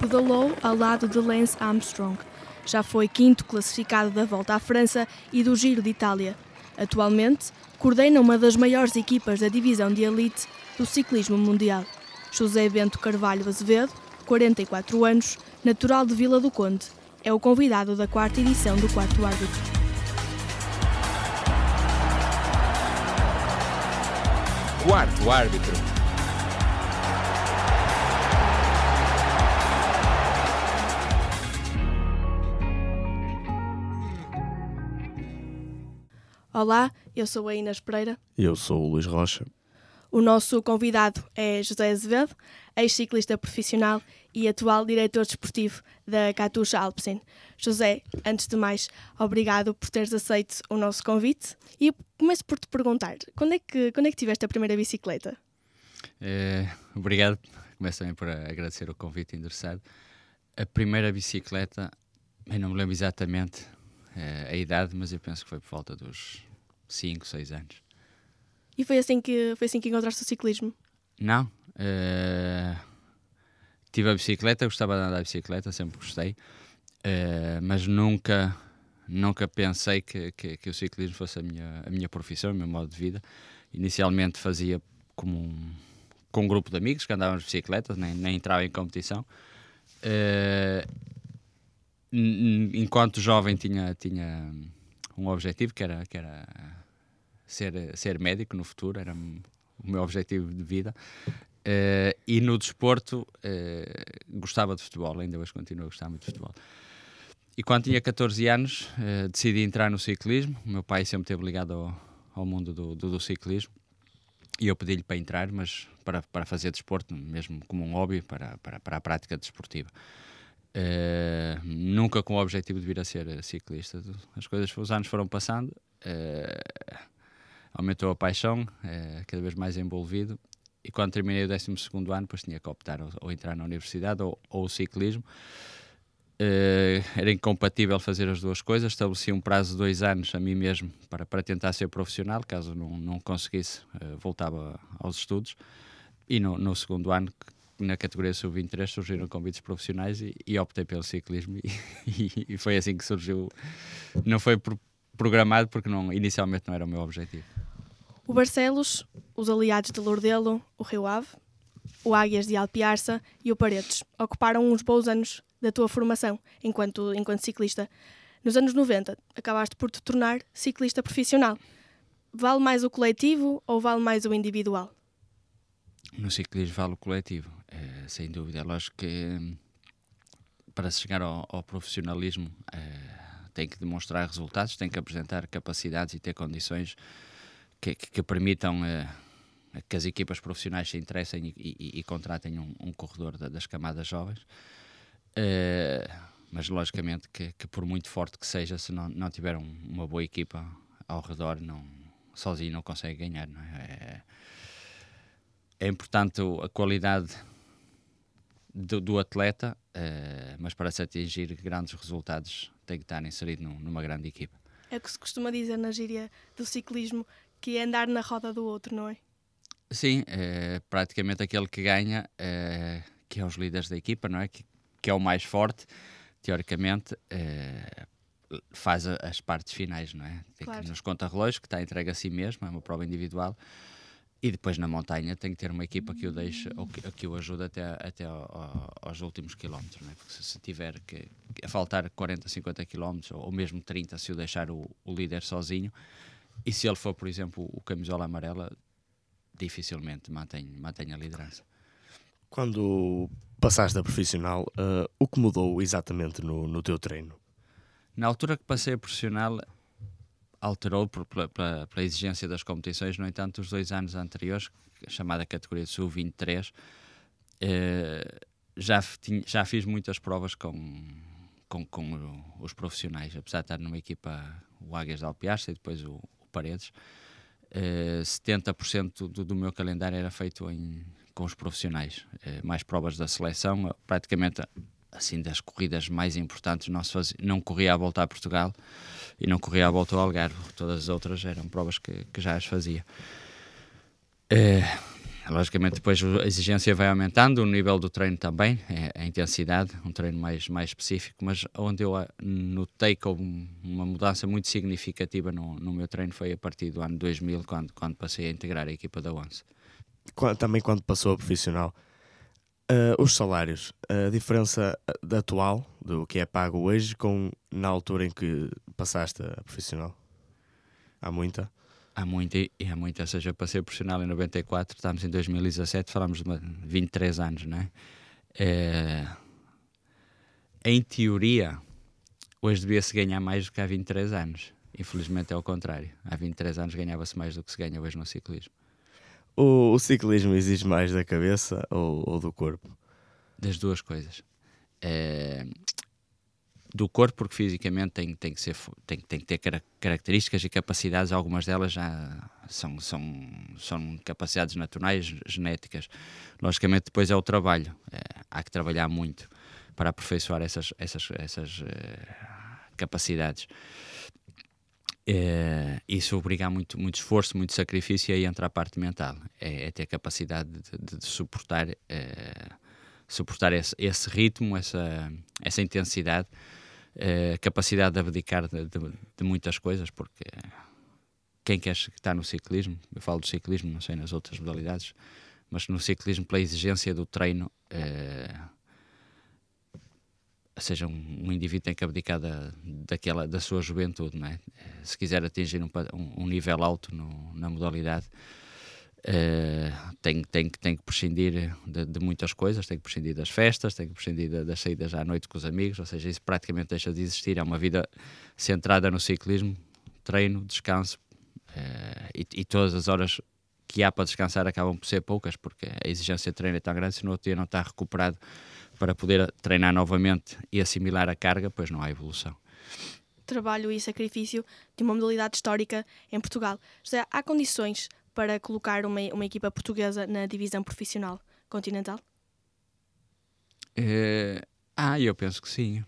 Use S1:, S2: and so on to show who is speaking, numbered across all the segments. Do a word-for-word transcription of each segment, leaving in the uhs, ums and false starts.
S1: pedalou ao lado de Lance Armstrong. Já foi quinto classificado da Volta à França e do Giro de Itália. Atualmente, coordena uma das maiores equipas da divisão de elite do ciclismo mundial. José Bento Carvalho Azevedo, quarenta e quatro anos, natural de Vila do Conde, é o convidado da quarta edição do Quarto Árbitro.
S2: Quarto Árbitro.
S1: Olá, eu sou a Inês Pereira.
S3: Eu sou o Luís Rocha.
S1: O nosso convidado é José Azevedo, ex-ciclista profissional e atual diretor desportivo da Katusha Alpecin. José, antes de mais, obrigado por teres aceito o nosso convite. E começo por te perguntar, quando é que, quando é que tiveste a primeira bicicleta?
S4: É, obrigado. Começo também por agradecer o convite endereçado. A primeira bicicleta, eu não me lembro exatamente é, a idade, mas eu penso que foi por volta dos cinco, seis anos.
S1: E foi assim que, foi assim que encontraste o ciclismo?
S4: Não. Uh, tive a bicicleta, gostava de andar de bicicleta, sempre gostei, uh, mas nunca, nunca pensei que, que, que o ciclismo fosse a minha, a minha profissão, o meu modo de vida. Inicialmente fazia como um, com um grupo de amigos que andávamos de bicicleta, nem, nem entrava em competição. Uh, enquanto jovem tinha, tinha um objetivo que era... Que era Ser, ser médico no futuro, era o meu objetivo de vida. Uh, e no desporto, uh, gostava de futebol, ainda hoje continuo a gostar muito de futebol. E quando tinha catorze anos, uh, decidi entrar no ciclismo. O meu pai sempre esteve ligado ao, ao mundo do, do, do ciclismo. E eu pedi-lhe para entrar, mas para, para fazer desporto, mesmo como um hobby, para, para, para a prática desportiva. Uh, nunca com o objetivo de vir a ser ciclista. As coisas, os anos foram passando. Uh, Aumentou a paixão, é, cada vez mais envolvido, e quando terminei o décimo segundo ano, depois tinha que optar ou, ou entrar na universidade ou, ou o ciclismo. É, era incompatível fazer as duas coisas, estabeleci um prazo de dois anos a mim mesmo para, para tentar ser profissional, caso não, não conseguisse, é, voltava aos estudos, e no, no segundo ano, na categoria sub vinte e três, surgiram convites profissionais e, e optei pelo ciclismo, e, e, e foi assim que surgiu. Não foi por programado, porque não, inicialmente não era o meu objetivo.
S1: O Barcelos, os aliados de Lourdelo, o Rio Ave, o Águias de Alpiarça e o Paredes ocuparam uns bons anos da tua formação enquanto, enquanto ciclista. Nos anos noventa, acabaste por te tornar ciclista profissional. Vale mais o coletivo ou vale mais o individual?
S4: No ciclismo vale o coletivo, é, sem dúvida. É lógico que para se chegar ao, ao profissionalismo é, tem que demonstrar resultados, tem que apresentar capacidades e ter condições que, que, que permitam uh, que as equipas profissionais se interessem e, e, e contratem um, um corredor da, das camadas jovens. Uh, mas, logicamente, que, que por muito forte que seja, se não, não tiver um, uma boa equipa ao redor, não, sozinho não consegue ganhar. Não é? É, é importante a qualidade do, do atleta, uh, mas para se atingir grandes resultados tem que estar inserido num, numa grande equipa.
S1: É o que se costuma dizer na gíria do ciclismo, que é andar na roda do outro, não é?
S4: Sim, é praticamente aquele que ganha, é, que é os líderes da equipa, não é? Que, que é o mais forte, teoricamente, é, faz a, as partes finais, não é? Tem
S1: Claro.
S4: que, nos conta-relógios, que está entregue a si mesmo, é uma prova individual. E depois na montanha tem que ter uma equipa que o deixe ou que, que o ajude até, até ao, ao, aos últimos quilómetros, não é? Porque se, se tiver que, que faltar quarenta, cinquenta quilómetros ou, ou mesmo trinta, se o deixar o, o líder sozinho, e se ele for, por exemplo, o camisola amarela, dificilmente mantém, mantém a liderança.
S3: Quando passaste a profissional, uh, o que mudou exatamente no, no teu treino?
S4: Na altura que passei a profissional, alterou por, pela, pela, pela exigência das competições. No entanto, os dois anos anteriores, a chamada categoria de sub vinte e três, eh, já, tinha, já fiz muitas provas com, com, com os profissionais, apesar de estar numa equipa, o Águias de Alpiarça e depois o, o Paredes. Eh, setenta por cento do, do meu calendário era feito em, com os profissionais, eh, mais provas da seleção, praticamente assim das corridas mais importantes não, se fazia, não corria a volta a Portugal e não corria a volta ao Algarve. Todas as outras eram provas que, que já as fazia. Uh, logicamente depois a exigência vai aumentando, o nível do treino também, a intensidade, um treino mais, mais específico, mas onde eu notei que houve uma mudança muito significativa no, no meu treino foi a partir do ano dois mil, quando, quando passei a integrar a equipa da ONCE.
S3: Também quando passou a profissional, uh, os salários, a diferença da atual, do que é pago hoje, com na altura em que passaste a profissional? Há muita?
S4: Há muita, e há muita, ou seja, para ser profissional em noventa e quatro, estamos em dois mil e dezassete, falamos de vinte e três anos, não é? É... Em teoria, hoje devia-se ganhar mais do que há vinte e três anos. Infelizmente é o contrário. Há vinte e três anos ganhava-se mais do que se ganha hoje no ciclismo.
S3: O, o ciclismo exige mais da cabeça ou, ou do corpo?
S4: Das duas coisas. É... Do corpo, porque fisicamente tem, tem, que ser, tem, tem que ter características e capacidades, algumas delas já são, são, são capacidades naturais, genéticas. Logicamente depois é o trabalho, é, há que trabalhar muito para aperfeiçoar essas, essas, essas uh, capacidades. É, isso obriga a muito, muito esforço, muito sacrifício, e aí entra a parte mental, é, é ter capacidade de, de, de suportar, é, suportar esse, esse ritmo, essa, essa intensidade. Uh, capacidade de abdicar de, de, de muitas coisas, porque quem quer estar no ciclismo, eu falo do ciclismo, não sei nas outras modalidades, mas no ciclismo, pela exigência do treino, uh, ou seja, um, um indivíduo tem que abdicar da, daquela, da sua juventude, não é? Se quiser atingir um, um, um nível alto no, na modalidade, Uh, tem, tem, tem que prescindir de, de muitas coisas, tem que prescindir das festas, tem que prescindir de, das saídas à noite com os amigos, ou seja, isso praticamente deixa de existir. É uma vida centrada no ciclismo, treino, descanso, uh, e, e todas as horas que há para descansar acabam por ser poucas, porque a exigência de treino é tão grande, se no outro dia não está recuperado para poder treinar novamente e assimilar a carga, pois não há evolução.
S1: Trabalho e sacrifício de uma modalidade histórica em Portugal. José, há condições para colocar uma, uma equipa portuguesa na divisão profissional continental?
S4: É, ah, eu penso que sim.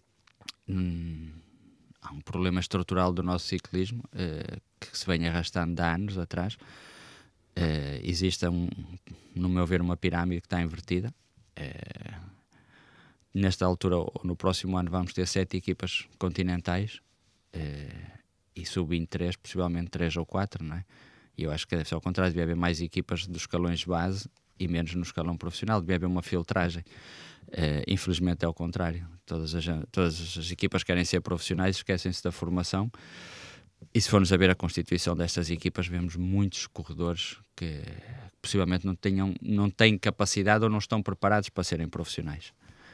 S4: Hum, há um problema estrutural do nosso ciclismo é, que se vem arrastando de há anos atrás. É, existe, um, no meu ver, uma pirâmide que está invertida. É, nesta altura, ou no próximo ano, vamos ter sete equipas continentais é, e sub vinte e três, possivelmente três ou quatro, não é? E eu acho que deve ser ao contrário, devia haver mais equipas dos escalões base e menos no escalão profissional, devia haver uma filtragem. Uh, infelizmente é ao contrário. Todas as, todas as equipas querem ser profissionais, esquecem-se da formação. E se formos a ver a constituição destas equipas, vemos muitos corredores que possivelmente não, tenham, não têm capacidade ou não estão preparados para serem profissionais.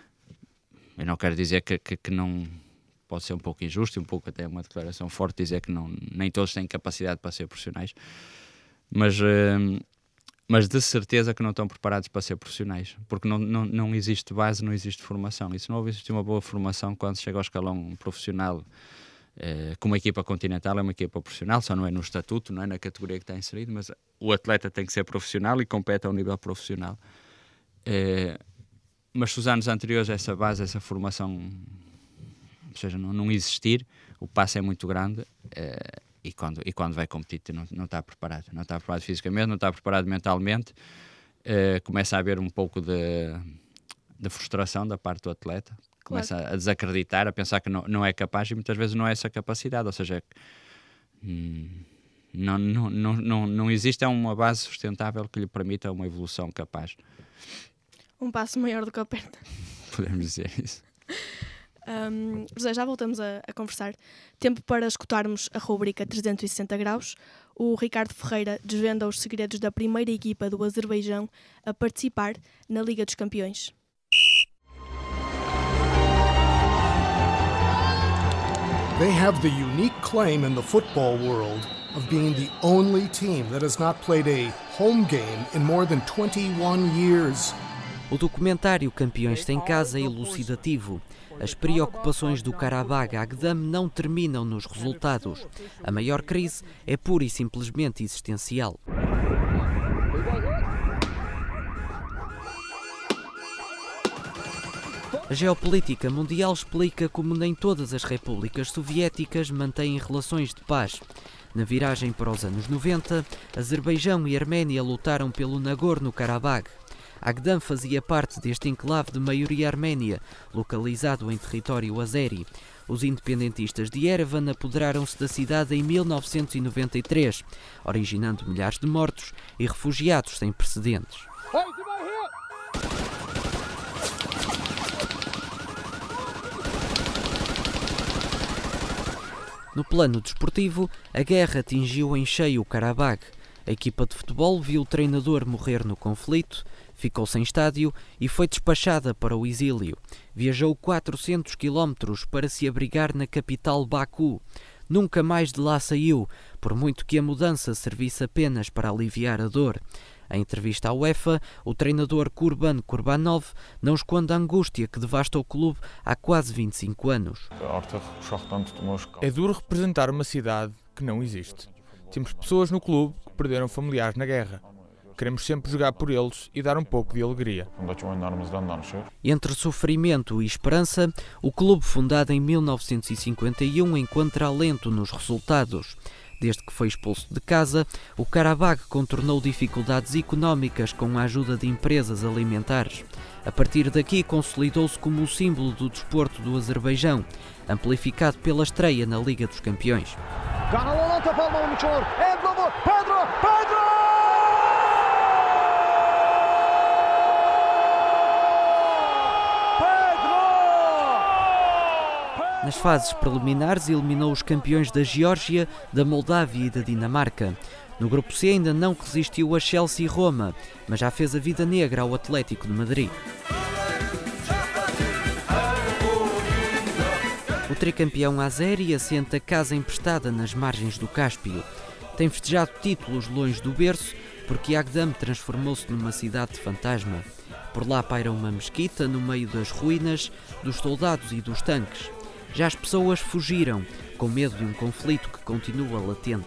S4: Eu não quero dizer que, que, que não... Pode ser um pouco injusto e um pouco até uma declaração forte dizer que não, nem todos têm capacidade para ser profissionais, mas, uh, mas de certeza que não estão preparados para ser profissionais, porque não, não, não existe base, não existe formação. E se não existe uma boa formação, quando chega ao escalão profissional, uh, com uma equipa continental, é uma equipa profissional, só não é no estatuto, não é na categoria que está inserido, mas o atleta tem que ser profissional e compete ao nível profissional. Uh, mas se os anos anteriores essa base, essa formação... ou seja, não, não existir, o passo é muito grande uh, e, quando, e quando vai competir não, não está preparado, não está preparado fisicamente, não está preparado mentalmente, uh, começa a haver um pouco de, de frustração da parte do atleta, começa claro. a, a desacreditar, a pensar que não, não é capaz e muitas vezes não é essa capacidade, ou seja, hum, não, não, não, não, não existe uma base sustentável que lhe permita uma evolução capaz.
S1: Um passo maior do que a perna.
S4: Podemos dizer isso.
S1: Um, José, já voltamos a, a conversar. Tempo para escutarmos a rubrica trezentos e sessenta graus. O Ricardo Ferreira desvenda os segredos da primeira equipa do Azerbaijão a participar na Liga dos Campeões.
S5: They have the unique claim in the football world of being the only team that has not played a home game in more than twenty-one years.
S6: O documentário Campeões Sem Casa é elucidativo. As preocupações do Karabag Agdam não terminam nos resultados. A maior crise é pura e simplesmente existencial. A geopolítica mundial explica como nem todas as repúblicas soviéticas mantêm relações de paz. Na viragem para os anos noventa, Azerbaijão e Arménia lutaram pelo Nagorno-Karabakh. Agdam fazia parte deste enclave de maioria arménia, localizado em território azeri. Os independentistas de Yerevan apoderaram-se da cidade em mil novecentos e noventa e três, originando milhares de mortos e refugiados sem precedentes. No plano desportivo, a guerra atingiu em cheio o Karabakh. A equipa de futebol viu o treinador morrer no conflito, ficou sem estádio e foi despachada para o exílio. Viajou quatrocentos quilómetros para se abrigar na capital Baku. Nunca mais de lá saiu, por muito que a mudança servisse apenas para aliviar a dor. Em entrevista à UEFA, o treinador Kurban Kurbanov não esconde a angústia que devasta o clube há quase vinte e cinco anos.
S7: É duro representar uma cidade que não existe. Temos pessoas no clube que perderam familiares na guerra. Queremos sempre jogar por eles e dar um pouco de alegria.
S6: Entre sofrimento e esperança, o clube, fundado em mil novecentos e cinquenta e um, encontra alento nos resultados. Desde que foi expulso de casa, o Karabakh contornou dificuldades económicas com a ajuda de empresas alimentares. A partir daqui, consolidou-se como o símbolo do desporto do Azerbaijão, amplificado pela estreia na Liga dos Campeões. Nas fases preliminares, eliminou os campeões da Geórgia, da Moldávia e da Dinamarca. No grupo C ainda não resistiu a Chelsea e Roma, mas já fez a vida negra ao Atlético de Madrid. O tricampeão azeri assenta casa emprestada nas margens do Cáspio. Tem festejado títulos longe do berço, porque Agdam transformou-se numa cidade de fantasma. Por lá paira uma mesquita no meio das ruínas, dos soldados e dos tanques. Já as pessoas fugiram, com medo de um conflito que continua latente.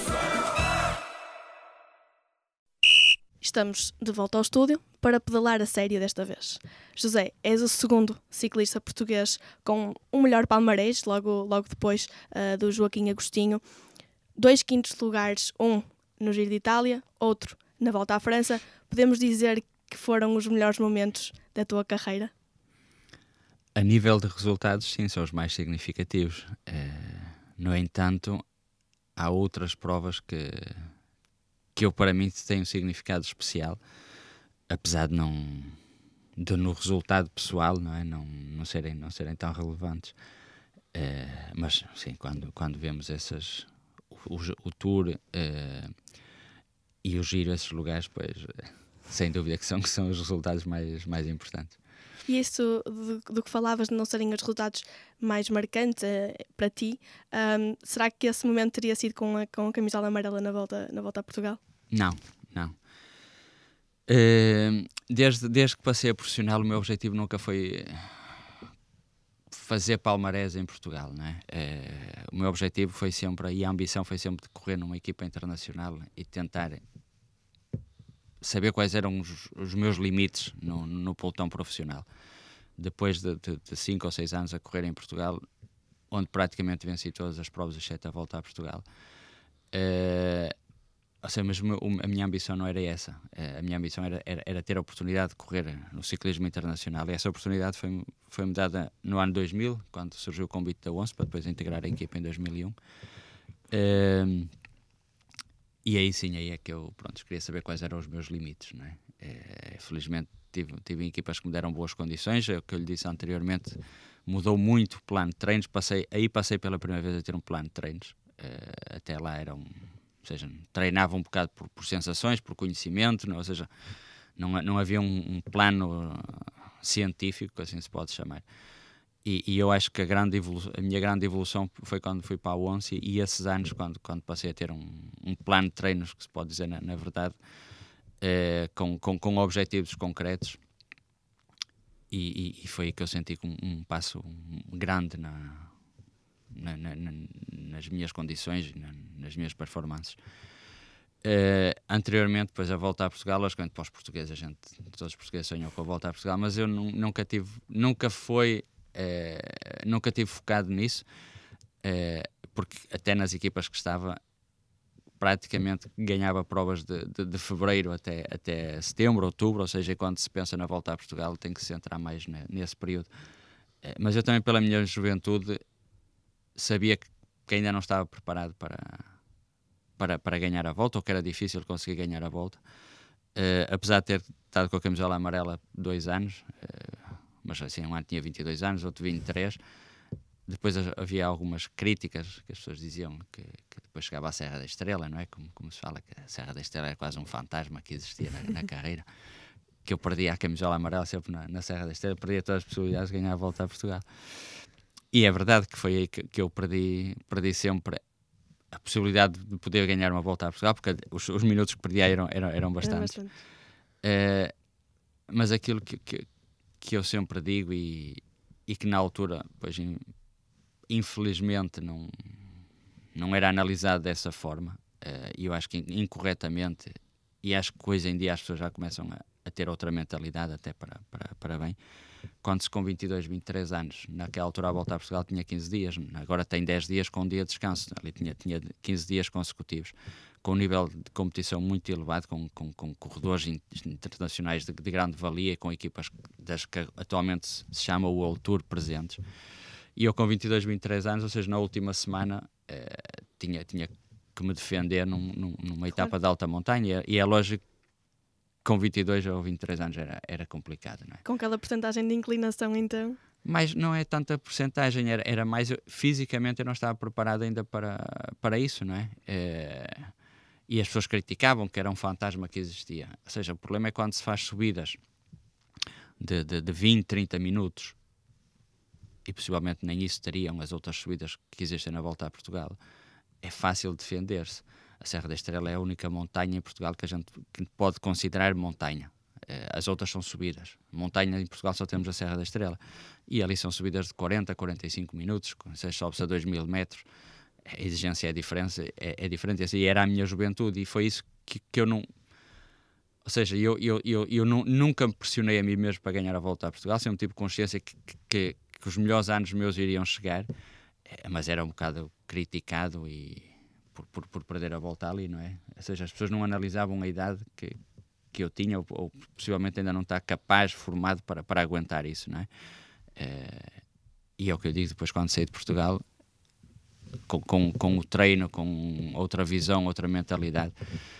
S1: Estamos de volta ao estúdio para pedalar a sério desta vez. José, és o segundo ciclista português com um melhor palmarés, logo, logo depois uh, do Joaquim Agostinho. Dois quintos lugares, um no Giro de Itália, outro na Volta à França. Podemos dizer que foram os melhores momentos da tua carreira?
S4: A nível de resultados, sim, são os mais significativos. Uh, no entanto, há outras provas que, que eu, para mim, têm um significado especial, apesar de não de no resultado pessoal, não é, não, não serem não serem tão relevantes. Uh, mas sim, quando quando vemos essas o, o, o Tour uh, e o Giro, esses lugares, pois sem dúvida que são que são os resultados mais mais importantes.
S1: E isso do, do que falavas de não serem os resultados mais marcantes uh, para ti, um, será que esse momento teria sido com a, com a camisola amarela na volta, na volta a Portugal?
S4: Não, não. Uh, desde, desde que passei a profissional, o meu objetivo nunca foi fazer palmarés em Portugal, não é? Uh, o meu objetivo foi sempre, e a ambição foi sempre de correr numa equipa internacional e tentar saber quais eram os, os meus limites no, no pelotão profissional. Depois de, de, de cinco ou seis anos a correr em Portugal, onde praticamente venci todas as provas, exceto a volta a Portugal. Uh, ou seja, mas meu, a minha ambição não era essa. Uh, a minha ambição era, era, era ter a oportunidade de correr no ciclismo internacional. E essa oportunidade foi, foi-me dada no ano dois mil, quando surgiu o convite da ONCE, para depois integrar a equipa em dois mil e um. Uh, E aí sim, aí é que eu pronto, queria saber quais eram os meus limites, não é? É, felizmente tive, tive equipas que me deram boas condições, é o que eu lhe disse anteriormente, mudou muito o plano de treinos, passei, aí passei pela primeira vez a ter um plano de treinos, é, até lá era um, ou seja, treinava um bocado por, por sensações, por conhecimento, não, ou seja, não, não havia um, um plano científico, assim se pode chamar. E, e eu acho que a, grande evolu- a minha grande evolução foi quando fui para a ONCE e esses anos, quando, quando passei a ter um, um plano de treinos, que se pode dizer na, na verdade, eh, com, com, com objetivos concretos. E, e, e foi aí que eu senti um, um passo grande na, na, na, na, nas minhas condições, na, nas minhas performances. Uh, anteriormente, depois a volta a Portugal, logicamente para os portugueses, a gente, todos os portugueses sonham com a volta a Portugal, mas eu nu- nunca tive, nunca foi... Uh, nunca tive focado nisso, uh, porque até nas equipas que estava praticamente ganhava provas de, de, de fevereiro até, até setembro, outubro, ou seja, quando se pensa na volta a Portugal tem que se centrar mais ne, nesse período. Mas eu também, pela minha juventude, sabia que, que ainda não estava preparado para, para, para ganhar a volta, ou que era difícil conseguir ganhar a volta. Uh, apesar de ter estado com a camisola amarela dois anos, uh, mas assim, um ano tinha vinte e dois anos, outro vinte e três. Depois havia algumas críticas que as pessoas diziam que, que depois chegava à Serra da Estrela, não é? Como, como se fala, que a Serra da Estrela é quase um fantasma que existia na, na carreira. Que eu perdia a camisola amarela sempre na, na Serra da Estrela, perdia todas as possibilidades de ganhar a volta a Portugal. E é verdade que foi aí que, que eu perdi, perdi sempre a possibilidade de poder ganhar uma volta a Portugal, porque os, os minutos que perdia eram, eram, eram bastantes. Era bastante. Uh, mas aquilo que, que, que eu sempre digo e, e que na altura, pois, infelizmente, não, não era analisado dessa forma, e uh, eu acho que incorretamente, e acho que hoje em dia as pessoas já começam a, a ter outra mentalidade, até para, para, para bem. Quando se com vinte e dois, vinte e três anos, naquela altura a volta a Portugal tinha quinze dias, agora tem dez dias com um dia de descanso, ali tinha, tinha quinze dias consecutivos, com um nível de competição muito elevado, com, com, com corredores internacionais de, de grande valia, com equipas das que atualmente se chama o World Tour presentes. E eu com vinte e dois, vinte e três anos, ou seja, na última semana, eh, tinha, tinha que me defender num, num, numa etapa claro. de alta montanha, e é lógico que com vinte e dois ou vinte e três anos era, era complicado, não é?
S1: Com aquela porcentagem de inclinação, então?
S4: Mas não é tanta porcentagem, era, era mais, fisicamente eu não estava preparado ainda para, para isso, não é? é? E as pessoas criticavam que era um fantasma que existia. Ou seja, o problema é quando se faz subidas de, de, de vinte, trinta minutos, e possivelmente nem isso teriam as outras subidas que existem na volta a Portugal, é fácil defender-se. A Serra da Estrela é a única montanha em Portugal que a gente que pode considerar montanha. As outras são subidas. Montanha em Portugal só temos a Serra da Estrela. E ali são subidas de quarenta a quarenta e cinco minutos, se sobe-se a dois mil metros. A exigência é diferente. É, é diferente. E era a minha juventude, e foi isso que, que eu não... Ou seja, eu, eu, eu, eu não, nunca me pressionei a mim mesmo para ganhar a volta a Portugal. Sempre tive consciência que, que, que os melhores anos meus iriam chegar, mas era um bocado criticado e... Por, por, por perder a volta ali, não é? Ou seja, as pessoas não analisavam a idade que, que eu tinha, ou, ou possivelmente ainda não está capaz, formado para, para aguentar isso, não é? Uh, e é o que eu digo depois quando saí de Portugal, com, com, com o treino, com outra visão, outra mentalidade,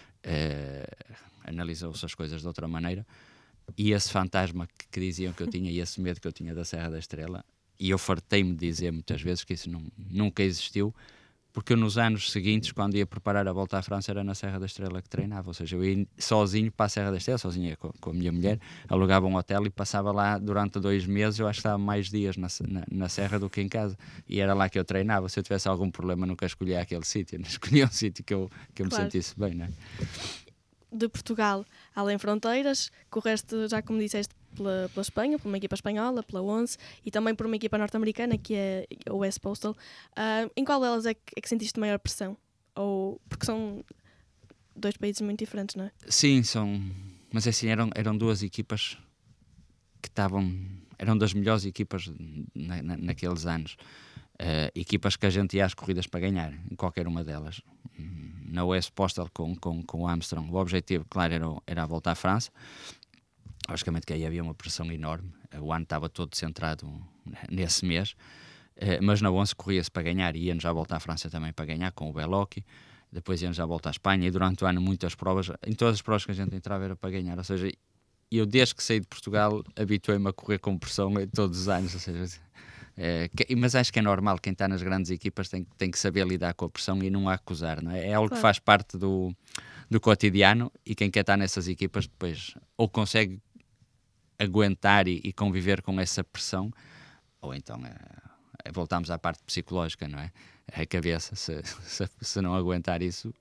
S4: uh, analisou-se as coisas de outra maneira, e esse fantasma que, que diziam que eu tinha, e esse medo que eu tinha da Serra da Estrela, e eu fartei-me de dizer muitas vezes que isso não, nunca existiu, porque eu nos anos seguintes, quando ia preparar a volta à França, era na Serra da Estrela que treinava, ou seja, eu ia sozinho para a Serra da Estrela, sozinho com, com a minha mulher, alugava um hotel e passava lá durante dois meses, eu acho que estava mais dias na, na, na Serra do que em casa, e era lá que eu treinava. Se eu tivesse algum problema, nunca escolhia aquele sítio, não escolhia um sítio que eu, que eu claro. me sentisse bem, não é?
S1: De Portugal, além fronteiras, correste, já como disseste, pela, pela Espanha, por uma equipa espanhola, pela onze, e também por uma equipa norte-americana, que é o West Postal. Uh, em qual delas é que, é que sentiste maior pressão? Ou, porque são dois países muito diferentes, não é?
S4: Sim, são... Mas assim, eram, eram duas equipas que estavam... Eram das melhores equipas na, na, naqueles anos. Uh, equipas que a gente ia às corridas para ganhar, em qualquer uma delas. Na West Postal com, com, com o Armstrong, o objetivo, claro, era, era a volta à França. Logicamente que aí havia uma pressão enorme, o ano estava todo centrado nesse mês, mas na onze corria-se para ganhar, e íamos à volta à França também para ganhar, com o Bellocchi, depois íamos à volta à Espanha, e durante o ano muitas provas, em todas as provas que a gente entrava era para ganhar, ou seja, eu desde que saí de Portugal habituei-me a correr com pressão todos os anos, ou seja... É, que, mas acho que é normal, quem está nas grandes equipas tem, tem que saber lidar com a pressão e não a acusar, não é? É algo claro. que faz parte do, do cotidiano, e quem quer estar nessas equipas depois ou consegue aguentar e, e conviver com essa pressão, ou então é, é, voltamos à parte psicológica, não é? A cabeça, se, se, se não aguentar isso,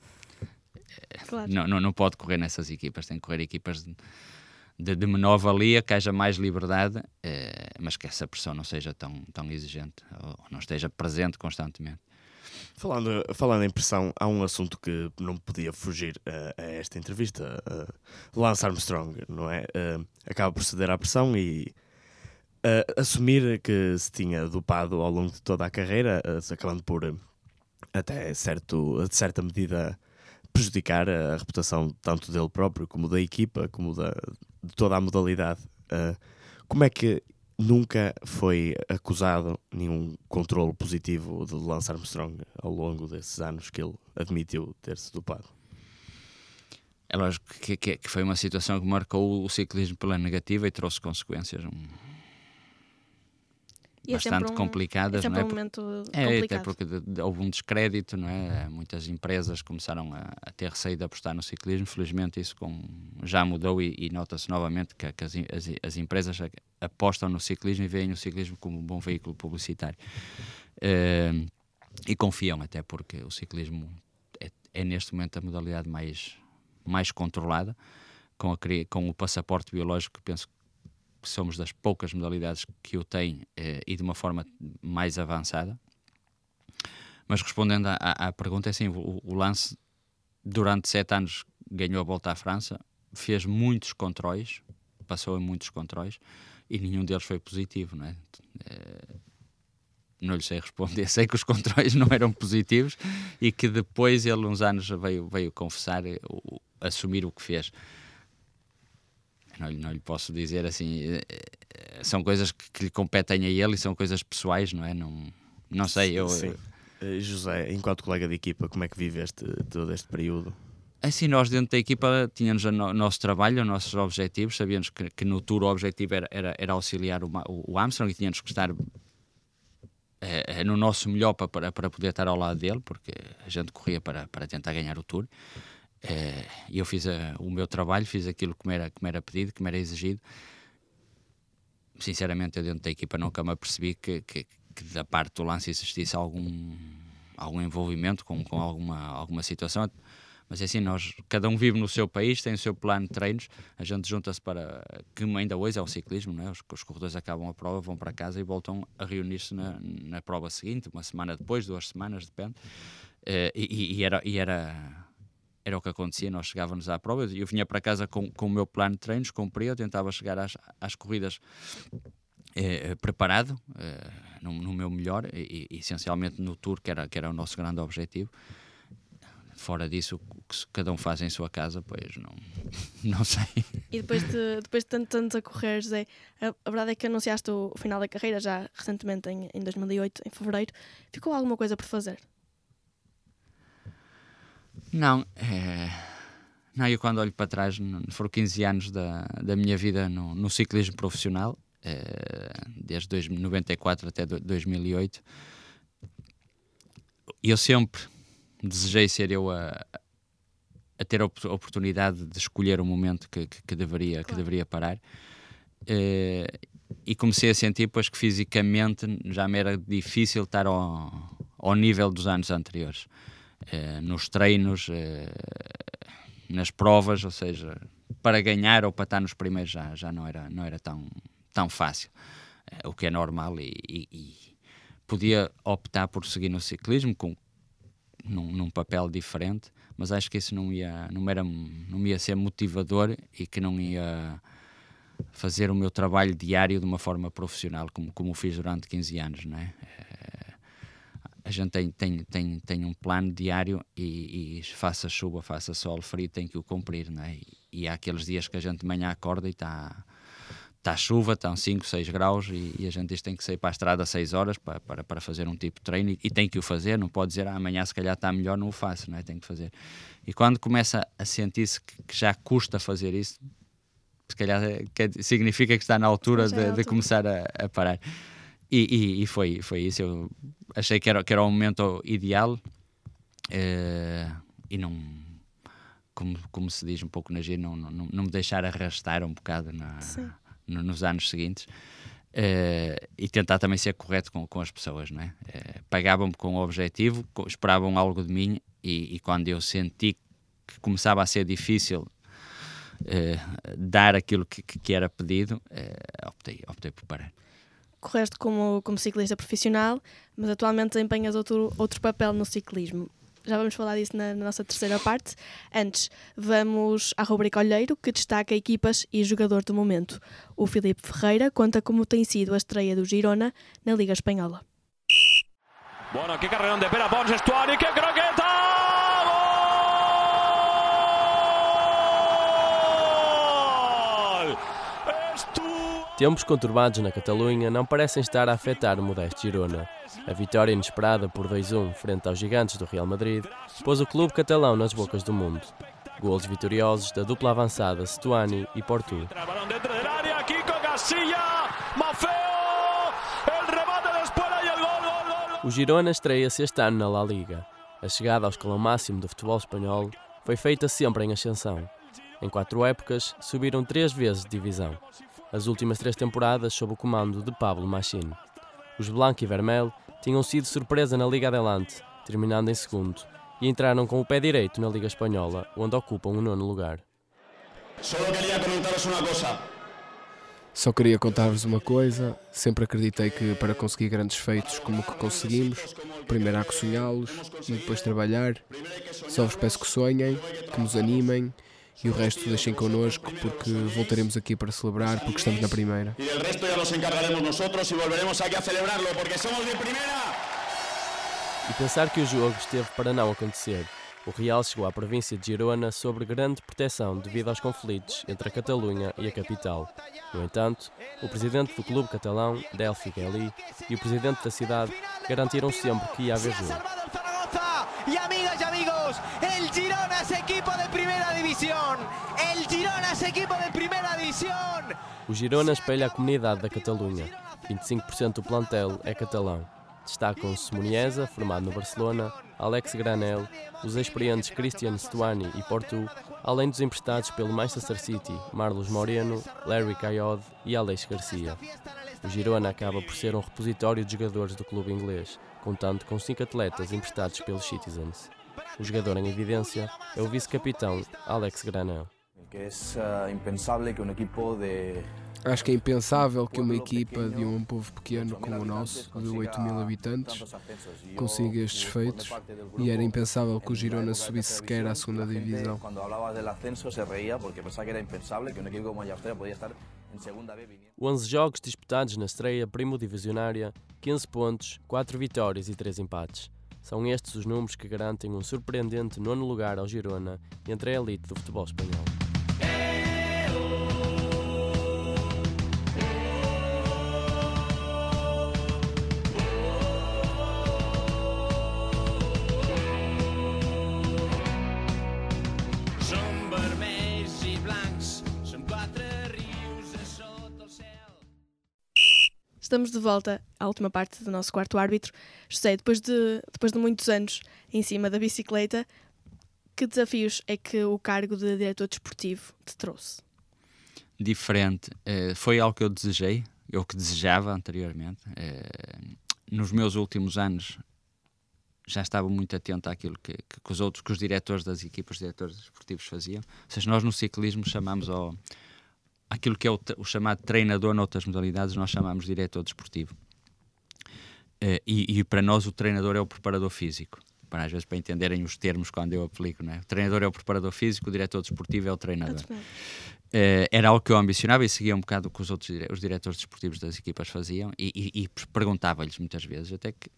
S4: claro. não, não, não pode correr nessas equipas, tem que correr equipas de, De, de menor valia, que haja mais liberdade, eh, mas que essa pressão não seja tão, tão exigente, ou não esteja presente constantemente.
S3: Falando, falando em pressão, há um assunto que não podia fugir uh, a esta entrevista. Uh, Lance Armstrong, não é? Uh, acaba por ceder à pressão e uh, assumir que se tinha dopado ao longo de toda a carreira, uh, acabando por, uh, até certo, de certa medida, prejudicar a reputação tanto dele próprio como da equipa, como da, de toda a modalidade. Uh, como é que nunca foi acusado nenhum controle positivo de Lance Armstrong ao longo desses anos que ele admitiu ter-se dopado?
S4: É lógico que, que, que foi uma situação que marcou o ciclismo pela negativa e trouxe consequências um,
S1: e
S4: bastante
S1: é um,
S4: complicadas.
S1: É
S4: não é?
S1: um momento
S4: é,
S1: complicado.
S4: Até porque de, de, houve um descrédito, não é? Muitas empresas começaram a, a ter receio de apostar no ciclismo. Felizmente isso com, já mudou e, e nota-se novamente que, que as, as, as empresas apostam no ciclismo e veem o ciclismo como um bom veículo publicitário. Uh, e confiam, até porque o ciclismo é, é neste momento a modalidade mais... mais controlada, com, a, com o passaporte biológico, penso que somos das poucas modalidades que o têm eh, e de uma forma mais avançada. Mas respondendo à, à pergunta, é assim, o, o Lance durante sete anos ganhou a Volta à França, fez muitos controles, passou em muitos controles e nenhum deles foi positivo, não é? Eh, não lhe sei responder, sei que os controles não eram positivos e que depois ele uns anos veio, veio confessar, o, assumir o que fez. Não, não lhe posso dizer assim, são coisas que, que lhe competem a ele e são coisas pessoais, não é? Não, não sei, eu...
S3: Sim. Eu... José, enquanto colega de equipa, como é que viveste todo este período?
S4: Assim, nós dentro da equipa tínhamos o no, nosso trabalho, os nossos objetivos, sabíamos que, que no Tour o objetivo era, era, era auxiliar o, o, o Armstrong e tínhamos que estar é, no nosso melhor para, para poder estar ao lado dele, porque a gente corria para, para tentar ganhar o Tour. E uh, eu fiz a, o meu trabalho, fiz aquilo que me, era, que me era pedido, que me era exigido. Sinceramente, eu dentro da equipa nunca me apercebi que, que, que da parte do Lance existisse algum, algum envolvimento com, com alguma, alguma situação. Mas é assim, nós, cada um vive no seu país, tem o seu plano de treinos, a gente junta-se para, que ainda hoje é o ciclismo, não é? Os, os corredores acabam a prova, vão para casa e voltam a reunir-se na, na prova seguinte, uma semana depois, duas semanas, depende. Uh, e, e era... E era Era o que acontecia, nós chegávamos à prova, eu vinha para casa com, com o meu plano de treinos, cumpria, eu tentava chegar às, às corridas eh, preparado, eh, no, no meu melhor, e, e essencialmente no Tour, que era, que era o nosso grande objetivo. Fora disso, o que cada um faz em sua casa, pois não, não sei.
S1: E depois de, depois de tantos anos a correr, José, a, a verdade é que anunciaste o, o final da carreira, já recentemente em, em dois mil e oito, em fevereiro. Ficou alguma coisa por fazer?
S4: Não, é... não, eu quando olho para trás, foram quinze anos da, da minha vida no, no ciclismo profissional, é... desde dois, noventa e quatro até dois mil e oito. Eu sempre desejei ser eu a, a ter a oportunidade de escolher o momento que, que, que, deveria, que deveria parar. É... E comecei a sentir, pois, que fisicamente já me era difícil estar ao, ao nível dos anos anteriores. Uh, nos treinos, uh, nas provas, ou seja, para ganhar ou para estar nos primeiros já, já não era, não era tão, tão fácil, uh, o que é normal, e, e, e podia optar por seguir no ciclismo com, num, num papel diferente, mas acho que isso não ia, não era, não ia ser motivador e que não ia fazer o meu trabalho diário de uma forma profissional, como, como fiz durante quinze anos, não é? Uh, A gente tem, tem, tem, tem um plano diário e, e faça chuva, faça sol, frio, tem que o cumprir, não é? E, e há aqueles dias que a gente de manhã acorda e está tá chuva, estão cinco, seis graus e, e a gente diz que tem que sair para a estrada às seis horas para, para, para fazer um tipo de treino e, e tem que o fazer, não pode dizer ah, amanhã se calhar está melhor, não o faço, não é? Tem que fazer. E quando começa a sentir-se que, que já custa fazer isso, se calhar quer, significa que está na altura de, é de começar a, a parar. E, e, e foi, foi isso, eu achei que era, que era o momento ideal, uh, e não, como, como se diz um pouco na gíria, não, não, não me deixar arrastar um bocado na, no, nos anos seguintes, uh, e tentar também ser correto com, com as pessoas, não é? Uh, pagavam-me com o objetivo, esperavam algo de mim, e, e quando eu senti que começava a ser difícil uh, dar aquilo que, que era pedido, uh, optei, optei por parar.
S1: Correste como, como ciclista profissional, mas atualmente desempenhas outro, outro papel no ciclismo. Já vamos falar disso na, na nossa terceira parte. Antes, vamos à rubrica Olheiro, que destaca equipas e jogador do momento. O Filipe Ferreira conta como tem sido a estreia do Girona na Liga Espanhola.
S8: Bueno, qué carrerón de Pera Pons, Estuani, qué croqueta! ¡Gol! Tempos conturbados na Catalunha não parecem estar a afetar o modesto Girona. A vitória inesperada por dois a um frente aos gigantes do Real Madrid pôs o clube catalão nas bocas do mundo. Golos vitoriosos da dupla avançada Stuani e Portu. O Girona estreia-se este ano na La Liga. A chegada ao escalão máximo do futebol espanhol foi feita sempre em ascensão. Em quatro épocas, subiram três vezes de divisão. As últimas três temporadas sob o comando de Pablo Machín. Os Blanco e Vermel tinham sido surpresa na Liga Adelante, terminando em segundo, e entraram com o pé direito na Liga Espanhola, onde ocupam o nono lugar.
S9: Só queria comentaros uma coisa.
S10: Só queria contar-vos uma coisa. Sempre acreditei que para conseguir grandes feitos como o que conseguimos, primeiro há que sonhá-los e depois trabalhar. Só vos peço que sonhem, que nos animem e o resto deixem connosco, porque voltaremos aqui para celebrar, porque estamos na primeira.
S9: E do resto já nos encargaremos nós e volveremos aqui a celebrarlo, porque somos de primeira!
S8: E pensar que o jogo esteve para não acontecer. O Real chegou à província de Girona sob grande proteção devido aos conflitos entre a Catalunha e a capital. No entanto, o presidente do clube catalão, Del Figueli, e o presidente da cidade garantiram sempre que ia haver jogo.
S11: Y amigas y amigos, el Girona es equipo de primera división. El Girona es equipo de primera división.
S8: O Girona espelha a comunidade da Catalunha. vinte e cinco por cento do plantel é catalão. Destacam-se Muniesa, formado no Barcelona, Alex Granel, os experientes Cristian Stuani e Portu, além dos emprestados pelo Manchester City, Marlos Moreno, Larry Cayode e Aleix Garcia. O Girona acaba por ser um repositório de jogadores do clube inglês, contando com cinco atletas emprestados pelos Citizens. O jogador em evidência é o vice-capitão Alex Granel.
S10: Acho que é impensável que uma equipa de um povo pequeno como o nosso, de oito mil habitantes, consiga estes feitos, e era impensável que o Girona subisse sequer à segunda divisão.
S8: onze jogos disputados na estreia primo-divisionária, quinze pontos, quatro vitórias e três empates. São estes os números que garantem um surpreendente nono lugar ao Girona entre a elite do futebol espanhol.
S1: Estamos de volta à última parte do nosso quarto árbitro. José, depois de, depois de muitos anos em cima da bicicleta, que desafios é que o cargo de diretor desportivo te trouxe?
S4: Diferente. Uh, foi algo que eu desejei, eu que desejava anteriormente. Uh, nos meus últimos anos já estava muito atento àquilo que, que, que os outros, que os diretores das equipas, os diretores desportivos faziam. Ou seja, nós no ciclismo chamamos ao... aquilo que é o, o chamado treinador noutras modalidades, nós chamamos de diretor desportivo. Uh, e, e para nós o treinador é o preparador físico. Para, às vezes, para entenderem os termos quando eu aplico, não é? O treinador é o preparador físico, o diretor desportivo é o treinador. Uh, era algo que eu ambicionava e seguia um bocado o que os outros os diretores desportivos das equipas faziam e, e, e perguntava-lhes muitas vezes, até que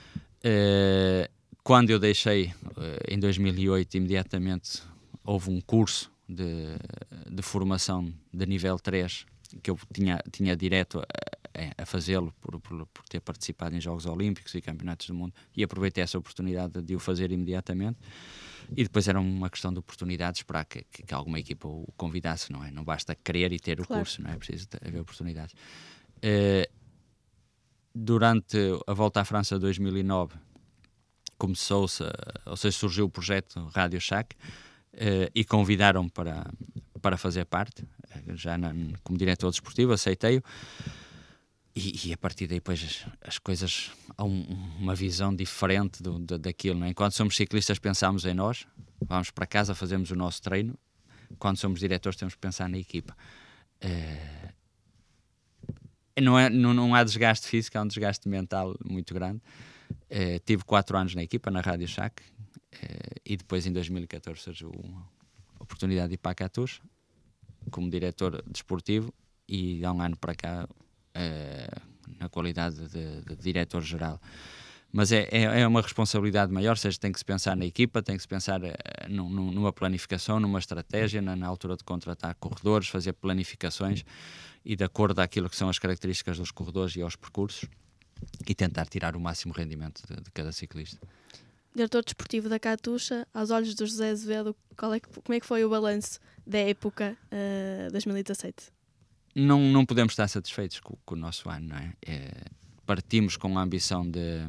S4: uh, quando eu deixei, uh, em dois mil e oito, imediatamente houve um curso De, de formação de nível três que eu tinha, tinha direto a, a fazê-lo por, por, por ter participado em Jogos Olímpicos e Campeonatos do Mundo, e aproveitei essa oportunidade de o fazer imediatamente. E depois era uma questão de oportunidades para que, que, que alguma equipa o convidasse, não é? Não basta querer e ter o claro. curso, não é? É preciso haver oportunidades. Uh, durante a volta à França de dois mil e nove começou-se, ou seja, surgiu o projeto Rádio Shack. Uh, e convidaram-me para, para fazer parte, já na, como diretor desportivo, aceitei-o, e, e a partir daí depois as, as coisas, há um, uma visão diferente do, do, daquilo, não é? Enquanto somos ciclistas pensamos em nós, vamos para casa, fazemos o nosso treino, quando somos diretores temos que pensar na equipa. Uh, não, é, não, não há desgaste físico, há um desgaste mental muito grande. Uh, tive quatro anos na equipa, na Rádio Shack, Uh, e depois em dois mil e catorze surgiu a oportunidade de ir para a Catus como diretor desportivo e há um ano para cá uh, na qualidade de, de diretor-geral. Mas é, é, é uma responsabilidade maior, ou seja, tem que se pensar na equipa, tem que se pensar uh, num, numa planificação, numa estratégia, na, na altura de contratar corredores, fazer planificações e de acordo àquilo que são as características dos corredores e aos percursos, e tentar tirar o máximo rendimento de, de cada ciclista.
S1: Diretor desportivo da Katusha, aos olhos do José Azevedo, qual é que, como é que foi o balanço da época uh, dois mil e dezassete?
S4: Não, não podemos estar satisfeitos com, com o nosso ano, não é? É, partimos com a ambição de,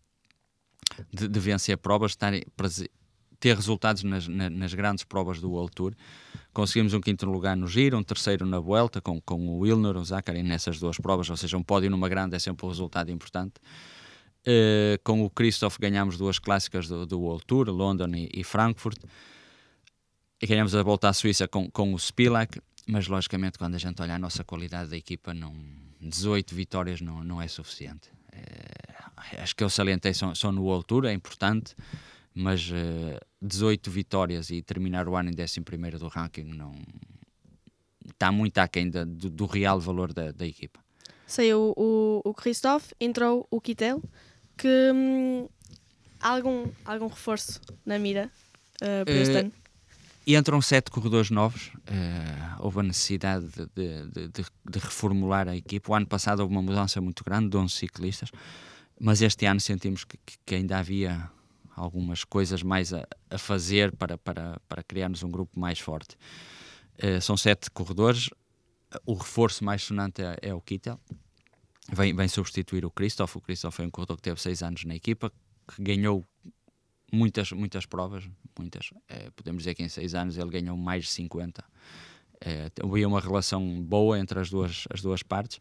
S4: de, de vencer provas, estar, ter resultados nas, nas grandes provas do World Tour. Conseguimos um quinto lugar no Giro, um terceiro na Vuelta, com, com o Wilner, o Zakarin nessas duas provas, ou seja, um pódio numa grande é sempre um resultado importante. Uh, com o Christoph ganhámos duas clássicas do, do World Tour, London e, e Frankfurt, e ganhamos a Volta à Suíça com, com o Spilak, mas logicamente quando a gente olha a nossa qualidade da equipa, não, dezoito vitórias não, não é suficiente. Uh, acho que eu salientei são, são no World Tour, é importante, mas uh, dezoito vitórias e terminar o ano em décimo primeiro do ranking não está muito aquém do, do real valor da, da equipa.
S1: Saiu o, o Christoph, entrou o Kittel, que hum, há algum, algum reforço na mira uh, para este uh, ano?
S4: E entram sete corredores novos, uh, houve a necessidade de, de, de, de reformular a equipa. O ano passado houve uma mudança muito grande de onze ciclistas, mas este ano sentimos que, que ainda havia algumas coisas mais a, a fazer para, para, para criarmos um grupo mais forte. Uh, são sete corredores, o reforço mais sonante é, é o Kittel, vem, vem substituir o Christoph. O Christoph foi um corredor que teve seis anos na equipa, que ganhou muitas, muitas provas, muitas, é, podemos dizer que em seis anos ele ganhou mais de cinquenta. É, havia uma relação boa entre as duas, as duas partes,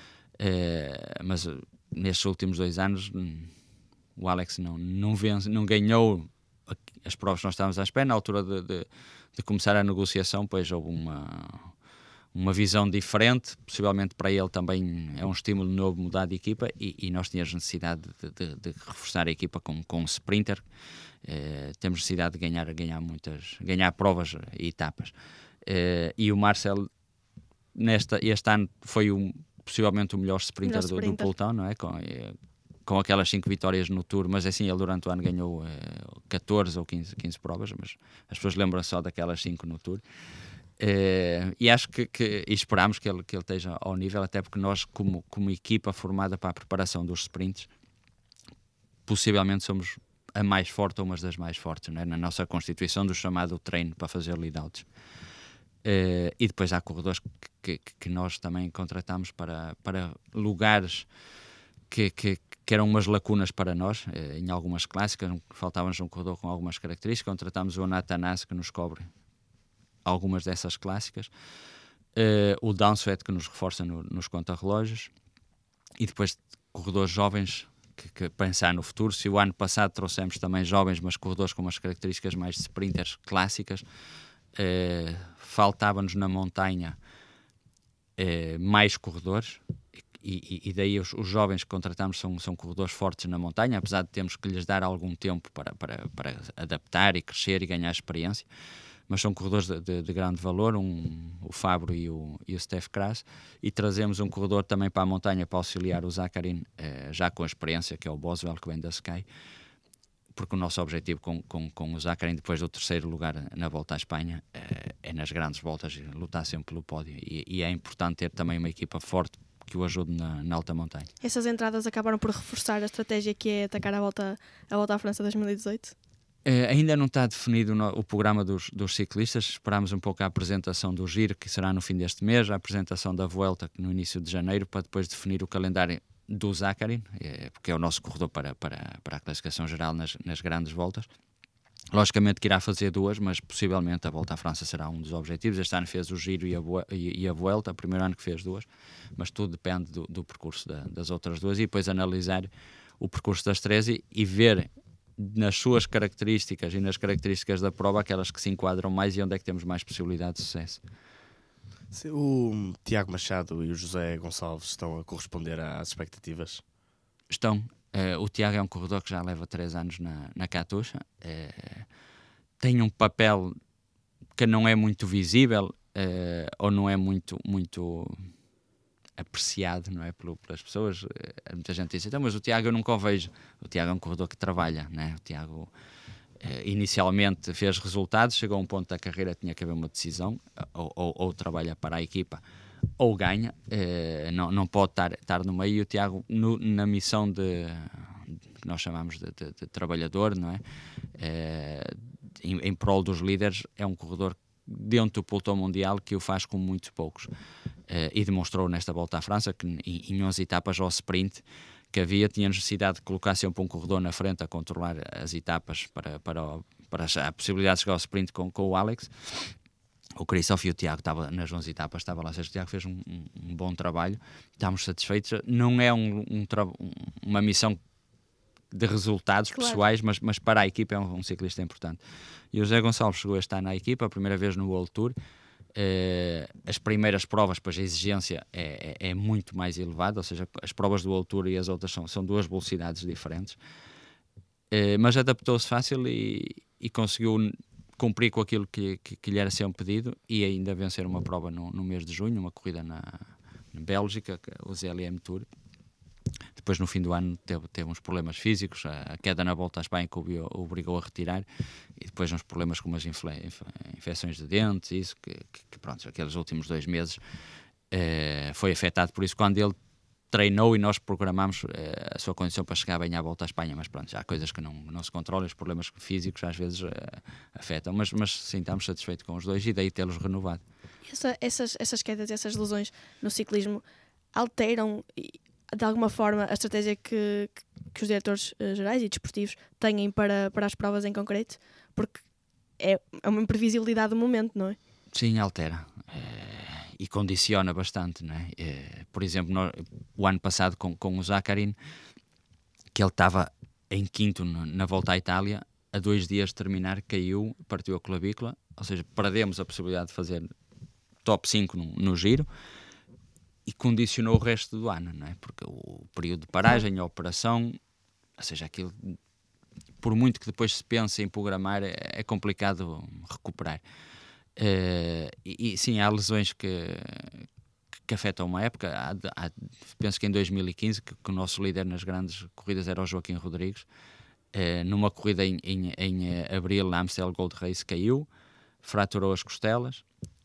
S4: é, mas nestes últimos dois anos o Alex não, não, vence, não ganhou as provas que nós estávamos à espera. Na altura de, de, de começar a negociação, pois houve uma, uma visão diferente, possivelmente para ele também é um estímulo novo mudar de equipa, e, e nós tínhamos necessidade de, de, de reforçar a equipa com, com um sprinter. Eh, temos necessidade de ganhar, ganhar muitas, ganhar provas e etapas. Eh, e o Marcel, nesta, este ano, foi um, possivelmente o melhor sprinter, melhor sprinter. Do, do pelotão, não é? Com, eh, com aquelas cinco vitórias no Tour, mas assim, ele durante o ano ganhou eh, catorze ou quinze, quinze provas, mas as pessoas lembram só daquelas cinco no Tour. Eh, e acho que, que e esperamos que ele, que ele esteja ao nível, até porque nós, como, como equipa formada para a preparação dos sprints, possivelmente somos a mais forte ou uma das mais fortes, não é? Na nossa constituição do chamado treino para fazer lead-outs. Uh, e depois há corredores que, que, que nós também contratamos para, para lugares que, que, que eram umas lacunas para nós, uh, em algumas clássicas, faltava-nos um corredor com algumas características, contratamos o Nathanas, que nos cobre algumas dessas clássicas, uh, o Downsweat, que nos reforça no, nos contrarrelógios, e depois corredores jovens que, que pensar no futuro. Se o ano passado trouxemos também jovens, mas corredores com umas características mais de sprinters clássicas, Uh, faltava-nos na montanha uh, mais corredores, e, e, e daí os, os jovens que contratamos são, são corredores fortes na montanha, apesar de termos que lhes dar algum tempo para, para, para adaptar e crescer e ganhar experiência, mas são corredores de, de, de grande valor, um, o Fabro e o, e o Steph Kras, e trazemos um corredor também para a montanha para auxiliar o Zakarin, uh, já com experiência, que é o Boswell, que vem da Sky, porque o nosso objetivo com, com, com o Zakarin, depois do terceiro lugar na Volta à Espanha, é, é nas grandes voltas lutar sempre pelo pódio, e, e é importante ter também uma equipa forte que o ajude na, na alta montanha.
S1: Essas entradas acabaram por reforçar a estratégia que é atacar a volta, a volta à França dois mil e dezoito?
S4: É, ainda não está definido no, o programa dos, dos ciclistas. Esperamos um pouco a apresentação do Giro, que será no fim deste mês, a apresentação da Vuelta no início de janeiro, para depois definir o calendário do Zakarin, é, porque é o nosso corredor para, para, para a classificação geral nas, nas grandes voltas. Logicamente que irá fazer duas, mas possivelmente a Volta à França será um dos objetivos. Este ano fez o Giro e a, e, e a Vuelta, o primeiro ano que fez duas, mas tudo depende do, do percurso da, das outras duas, e depois analisar o percurso das três e, e ver nas suas características e nas características da prova aquelas que se enquadram mais e onde é que temos mais possibilidade de sucesso.
S3: O Tiago Machado e o José Gonçalves estão a corresponder às expectativas?
S4: Estão. Uh, o Tiago é um corredor que já leva três anos na, na Katusha. Uh, tem um papel que não é muito visível uh, ou não é muito, muito apreciado, não é, Pelo, pelas pessoas. Uh, muita gente diz, então, mas o Tiago eu nunca o vejo. O Tiago é um corredor que trabalha, né? O Tiago Uh, inicialmente fez resultados, chegou a um ponto da carreira, tinha que haver uma decisão, ou, ou, ou trabalha para a equipa ou ganha, uh, não, não pode estar, estar no meio. E o Tiago, no, na missão de, que nós chamamos de, de, de trabalhador, não é? Uh, em, em prol dos líderes, é um corredor dentro do pelotão mundial que o faz com muito poucos. Uh, e demonstrou nesta volta à França que em, em onze etapas ao sprint que havia, tinha necessidade de colocar sempre um corredor na frente a controlar as etapas para, para, o, para a possibilidade de chegar ao sprint com, com o Alex. O Christoph e o Tiago estava nas onze etapas, estava lá, ou seja, o Tiago fez um, um, um bom trabalho, estamos satisfeitos. Não é um, um, uma missão de resultados claro. pessoais, mas, mas para a equipa é um, um ciclista importante. E o José Gonçalves chegou este ano à equipa, a primeira vez no World Tour. Uh, as primeiras provas, pois a exigência é, é, é muito mais elevada, ou seja, as provas do World Tour e as outras são, são duas velocidades diferentes, uh, mas adaptou-se fácil e, e conseguiu cumprir com aquilo que, que, que lhe era sempre pedido e ainda vencer uma prova no, no mês de junho, uma corrida na, na Bélgica, o Z L M Tour. Depois no fim do ano teve, teve uns problemas físicos, a, a queda na volta à Espanha que o obrigou a retirar, e depois uns problemas como as infle, inf, infecções de dentes, isso que, que, que pronto, aqueles últimos dois meses eh, foi afetado por isso. Quando ele treinou e nós programámos eh, a sua condição para chegar bem à volta à Espanha, mas pronto, já há coisas que não, não se controlam, os problemas físicos às vezes eh, afetam, mas, mas sim, estamos satisfeitos com os dois e daí tê-los renovado.
S1: Essa, essas, essas quedas, essas lesões no ciclismo alteram de alguma forma a estratégia que, que os diretores uh, gerais e desportivos têm para, para as provas em concreto? Porque é, é uma imprevisibilidade do momento, não é?
S4: Sim, altera. É, e condiciona bastante, não é? É, por exemplo, no, o ano passado com, com o Zaccarin, que ele estava em quinto no, na volta à Itália, a dois dias de terminar caiu, partiu a clavícula, ou seja, perdemos a possibilidade de fazer top cinco no, no giro, e condicionou o resto do ano, não é? Porque o período de paragem, a operação, ou seja, aquilo, por muito que depois se pense em programar, é, é complicado recuperar. Uh, e, e sim, há lesões que, que afetam uma época. Há, há, penso que em dois mil e quinze, que, que o nosso líder nas grandes corridas era o Joaquim Rodrigues. Uh, numa corrida em, em, em abril, na Amstel Gold Race, caiu, fraturou as costelas.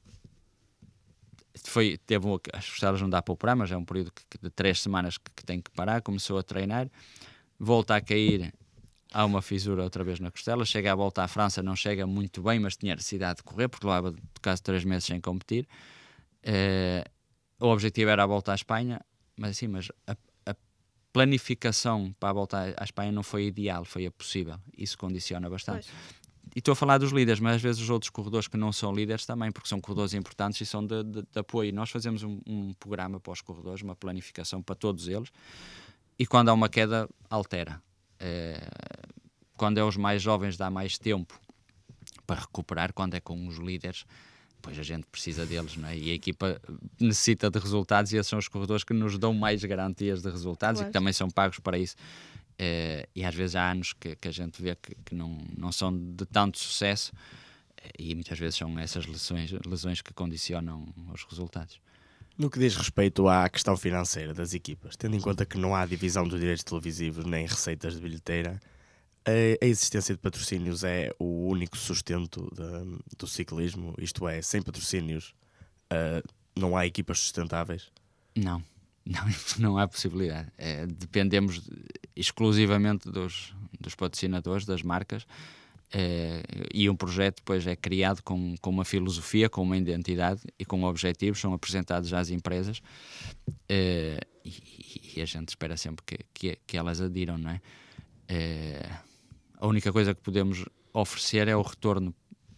S4: Foi, teve um, as costelas não dá para operar, mas é um período que, de três semanas que, que tem que parar. Começou a treinar, volta a cair, há uma fissura outra vez na costela, chega à volta à França, não chega muito bem, mas tinha necessidade de correr, porque levava de quase três meses sem competir. Uh, o objetivo era a volta à Espanha, mas assim, mas a, a planificação para a volta à Espanha não foi ideal, foi a possível. Isso condiciona bastante. Pois. E estou a falar dos líderes, mas às vezes os outros corredores que não são líderes também, porque são corredores importantes e são de, de, de apoio. Nós fazemos um, um programa para os corredores, uma planificação para todos eles, e quando há uma queda, altera. É, quando é os mais jovens dá mais tempo para recuperar, quando é com os líderes, pois a gente precisa deles, não é? E a equipa necessita de resultados e esses são os corredores que nos dão mais garantias de resultados, claro. E que também são pagos para isso. Uh, e às vezes há anos que, que a gente vê que, que não, não são de tanto sucesso, e muitas vezes são essas lesões, lesões que condicionam os resultados.
S3: No que diz respeito à questão financeira das equipas, tendo em conta que não há divisão dos direitos televisivos nem receitas de bilheteira, a, a existência de patrocínios é o único sustento de, do ciclismo, isto é, sem patrocínios uh, não há equipas sustentáveis?
S4: Não. Não, não há possibilidade. É, dependemos exclusivamente dos, dos patrocinadores, das marcas, é, e um projeto depois é criado com, com uma filosofia, com uma identidade e com objetivos, são apresentados às empresas, é, e, e a gente espera sempre que, que, que elas adiram, não é? É, a única coisa que podemos oferecer é o retorno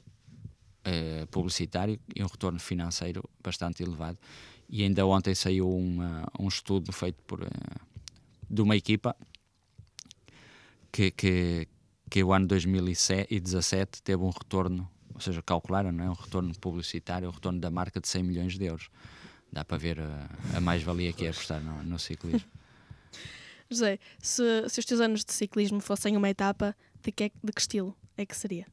S4: é, publicitário e um retorno financeiro bastante elevado. E ainda ontem saiu uma, um estudo feito por, uh, de uma equipa que, que, que o ano dois mil e dezassete teve um retorno, ou seja, calcularam, não é? Um retorno publicitário, um retorno da marca de cem milhões de euros. Dá para ver a, a mais-valia que é apostar no, no ciclismo.
S1: José, se, se os teus anos de ciclismo fossem uma etapa, de que, de que estilo é que seria?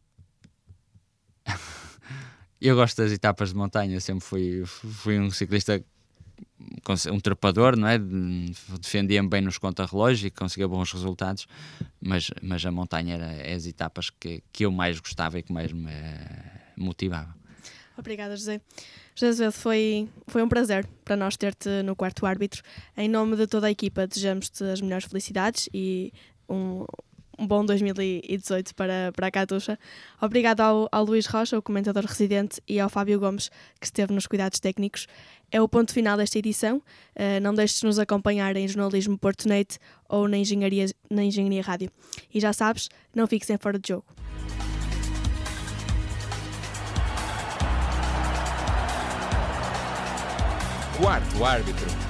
S4: Eu gosto das etapas de montanha, sempre fui, fui um ciclista, um trepador, não é? Defendia-me bem nos contrarrelógios e conseguia bons resultados, mas, mas a montanha era as etapas que, que eu mais gostava e que mais me motivava.
S1: Obrigada, José. José Azevedo, foi, foi um prazer para nós ter-te no quarto árbitro. Em nome de toda a equipa, desejamos-te as melhores felicidades e um, um bom dois mil e dezoito para, para a Catuxa. Obrigado ao, ao Luís Rocha, o comentador residente, e ao Fábio Gomes, que esteve nos cuidados técnicos. É o ponto final desta edição. Uh, não deixes de nos acompanhar em Jornalismo Porto Net ou na Engenharia, na Engenharia Rádio. E já sabes, não fiques em fora de jogo.
S2: Quarto árbitro.